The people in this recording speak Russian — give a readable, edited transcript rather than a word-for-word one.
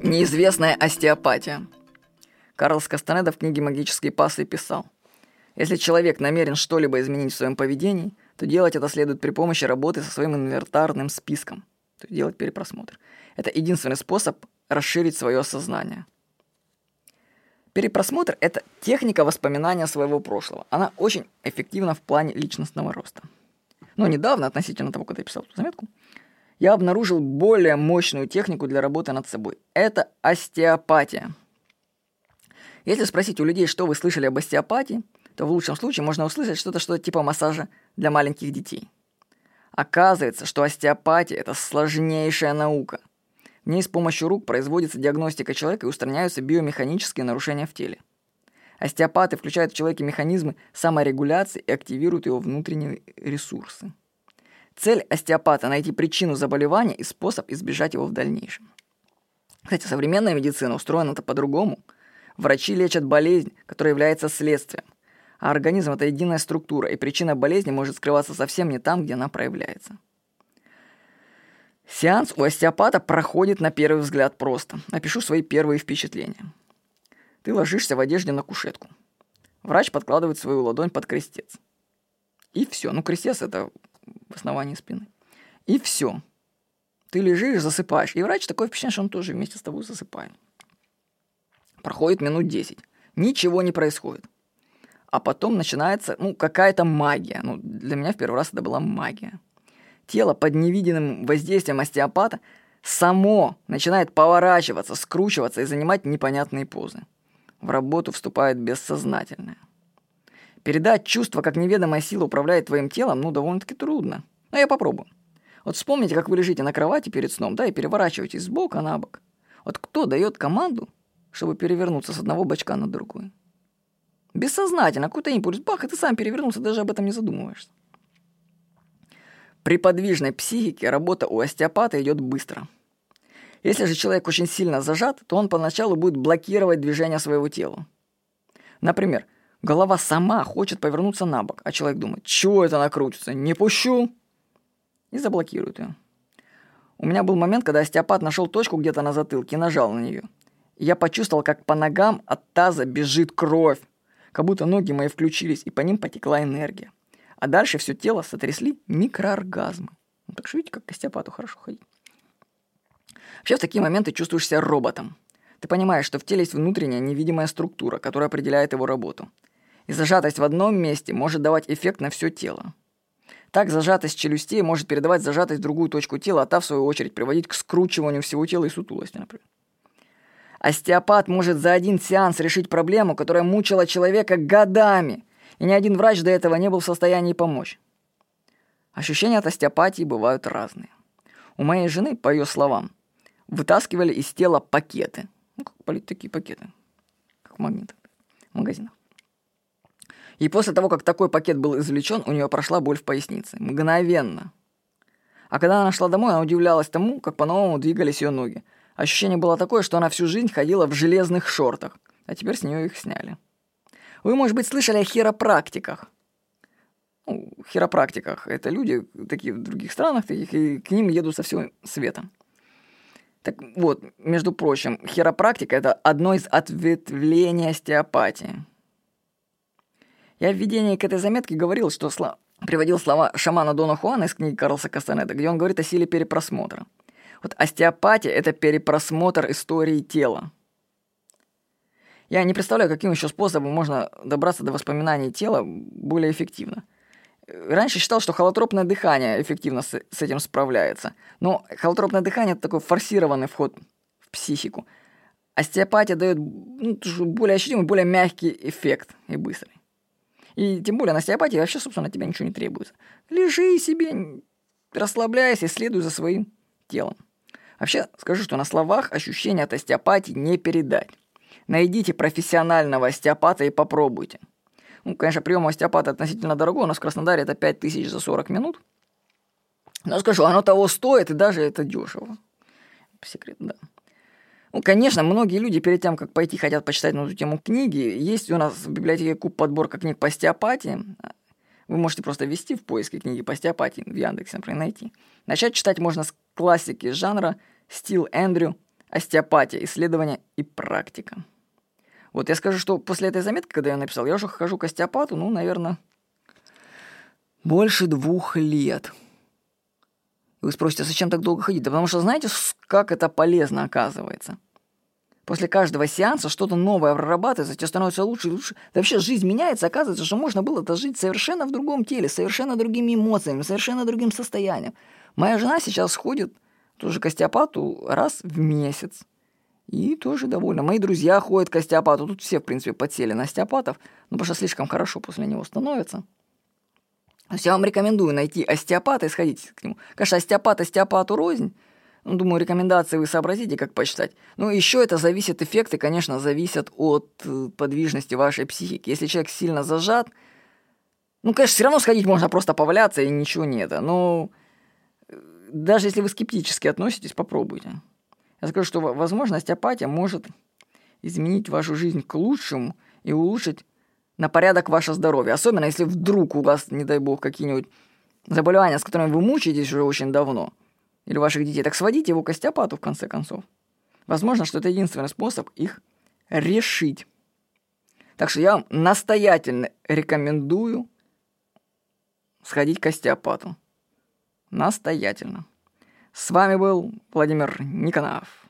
Неизвестная остеопатия. Карлос Кастанеда в книге «Магические пассы» писал: если человек намерен что-либо изменить в своем поведении, то делать это следует при помощи работы со своим инвентарным списком, то есть делать перепросмотр. Это единственный способ расширить свое сознание. Перепросмотр – это техника воспоминания своего прошлого. Она очень эффективна в плане личностного роста. Но недавно, относительно того, когда я писал эту заметку, я обнаружил более мощную технику для работы над собой. Это остеопатия. Если спросить у людей, что вы слышали об остеопатии, то в лучшем случае можно услышать что-то типа массажа для маленьких детей. Оказывается, что остеопатия – это сложнейшая наука. В ней с помощью рук производится диагностика человека и устраняются биомеханические нарушения в теле. Остеопаты включают в человеке механизмы саморегуляции и активируют его внутренние ресурсы. Цель остеопата – найти причину заболевания и способ избежать его в дальнейшем. Кстати, современная медицина устроена-то по-другому. Врачи лечат болезнь, которая является следствием. А организм – это единая структура, и причина болезни может скрываться совсем не там, где она проявляется. Сеанс у остеопата проходит на первый взгляд просто. Опишу свои первые впечатления. Ты ложишься в одежде на кушетку. Врач подкладывает свою ладонь под крестец. И все. Крестец – это в основании спины. И все. Ты лежишь, засыпаешь. И врач такое впечатление, что он тоже вместе с тобой засыпает. Проходит минут 10. Ничего не происходит. А потом начинается, какая-то магия. Для меня в первый раз это была магия. Тело под невидимым воздействием остеопата само начинает поворачиваться, скручиваться и занимать непонятные позы. В работу вступает бессознательное. Передать чувство, как неведомая сила управляет твоим телом, довольно-таки трудно. Но я попробую. Вспомните, как вы лежите на кровати перед сном, и переворачиваетесь с бока на бок. Кто дает команду, чтобы перевернуться с одного бочка на другой? Бессознательно, какой-то импульс, бах, и ты сам перевернулся, даже об этом не задумываешься. При подвижной психике работа у остеопата идет быстро. Если же человек очень сильно зажат, то он поначалу будет блокировать движение своего тела. Например, голова сама хочет повернуться на бок, а человек думает: чего это она крутится, не пущу, и заблокирует ее. У меня был момент, когда остеопат нашел точку где-то на затылке и нажал на нее. И я почувствовал, как по ногам от таза бежит кровь, как будто ноги мои включились, и по ним потекла энергия. А дальше все тело сотрясли микрооргазмы. Так что видите, как к остеопату хорошо ходить. Вообще в такие моменты чувствуешь себя роботом. Ты понимаешь, что в теле есть внутренняя невидимая структура, которая определяет его работу. И зажатость в одном месте может давать эффект на все тело. Так зажатость челюстей может передавать зажатость в другую точку тела, а та, в свою очередь, приводить к скручиванию всего тела и сутулости, например. Остеопат может за один сеанс решить проблему, которая мучила человека годами, и ни один врач до этого не был в состоянии помочь. Ощущения от остеопатии бывают разные. У моей жены, по ее словам, вытаскивали из тела пакеты. Такие пакеты, как магниты в магазинах. И после того, как такой пакет был извлечен, у нее прошла боль в пояснице. Мгновенно. А когда она шла домой, она удивлялась тому, как по-новому двигались ее ноги. Ощущение было такое, что она всю жизнь ходила в железных шортах, а теперь с нее их сняли. Вы, может быть, слышали о хиропрактиках. Хиропрактиках – это люди такие в других странах, и к ним едут со всего света. Так вот, между прочим, хиропрактика – это одно из ответвлений остеопатии. Я в введении к этой заметке говорил, что приводил слова шамана Дона Хуана из книги Карлоса Кастанеда, где он говорит о силе перепросмотра. Остеопатия – это перепросмотр истории тела. Я не представляю, каким еще способом можно добраться до воспоминаний тела более эффективно. Раньше считал, что холотропное дыхание эффективно с этим справляется. Но холотропное дыхание – это такой форсированный вход в психику. Остеопатия дает более ощутимый, более мягкий эффект и быстрый. И тем более на остеопатии вообще, собственно, от тебя ничего не требуется. Лежи себе, расслабляйся, следуй за своим телом. Вообще, скажу, что на словах ощущения от остеопатии не передать. Найдите профессионального остеопата и попробуйте. Конечно, прием остеопата относительно дорогой. У нас в Краснодаре это 5000 за 40 минут. Но скажу, оно того стоит, и даже это дешево. Секрет, да. Конечно, многие люди перед тем, как пойти, хотят почитать на эту тему книги. Есть у нас в библиотеке куб подборка книг по остеопатии. Вы можете просто ввести в поиске книги по остеопатии в Яндексе, например, найти. Начать читать можно с классики жанра Стил Эндрю остеопатия, исследования и практика. Вот я скажу, что после этой заметки, когда я написал, я уже хожу к остеопату, наверное, больше 2 лет. И вы спросите, а зачем так долго ходить? Да потому что знаете, как это полезно оказывается? После каждого сеанса что-то новое прорабатывается, тебе становится лучше и лучше. Да вообще жизнь меняется, оказывается, что можно было-то жить совершенно в другом теле, совершенно другими эмоциями, совершенно другим состоянием. Моя жена сейчас ходит тоже к остеопату раз в месяц. И тоже довольна. Мои друзья ходят к остеопату. Тут все, в принципе, подсели на остеопатов, потому что слишком хорошо после него становится. То есть я вам рекомендую найти остеопата и сходить к нему. Конечно, остеопат остеопату рознь. Думаю, рекомендации вы сообразите, как почитать. Но еще это зависит, эффекты, конечно, зависят от подвижности вашей психики. Если человек сильно зажат, конечно, все равно сходить можно просто поваляться и ничего нет. Но даже если вы скептически относитесь, попробуйте. Я скажу, что, возможно, остеопатия может изменить вашу жизнь к лучшему и улучшить на порядок ваше здоровье. Особенно, если вдруг у вас, не дай бог, какие-нибудь заболевания, с которыми вы мучаетесь уже очень давно, или ваших детей, так сводите его к остеопату, в конце концов. Возможно, что это единственный способ их решить. Так что я вам настоятельно рекомендую сходить к остеопату. Настоятельно. С вами был Владимир Никонов.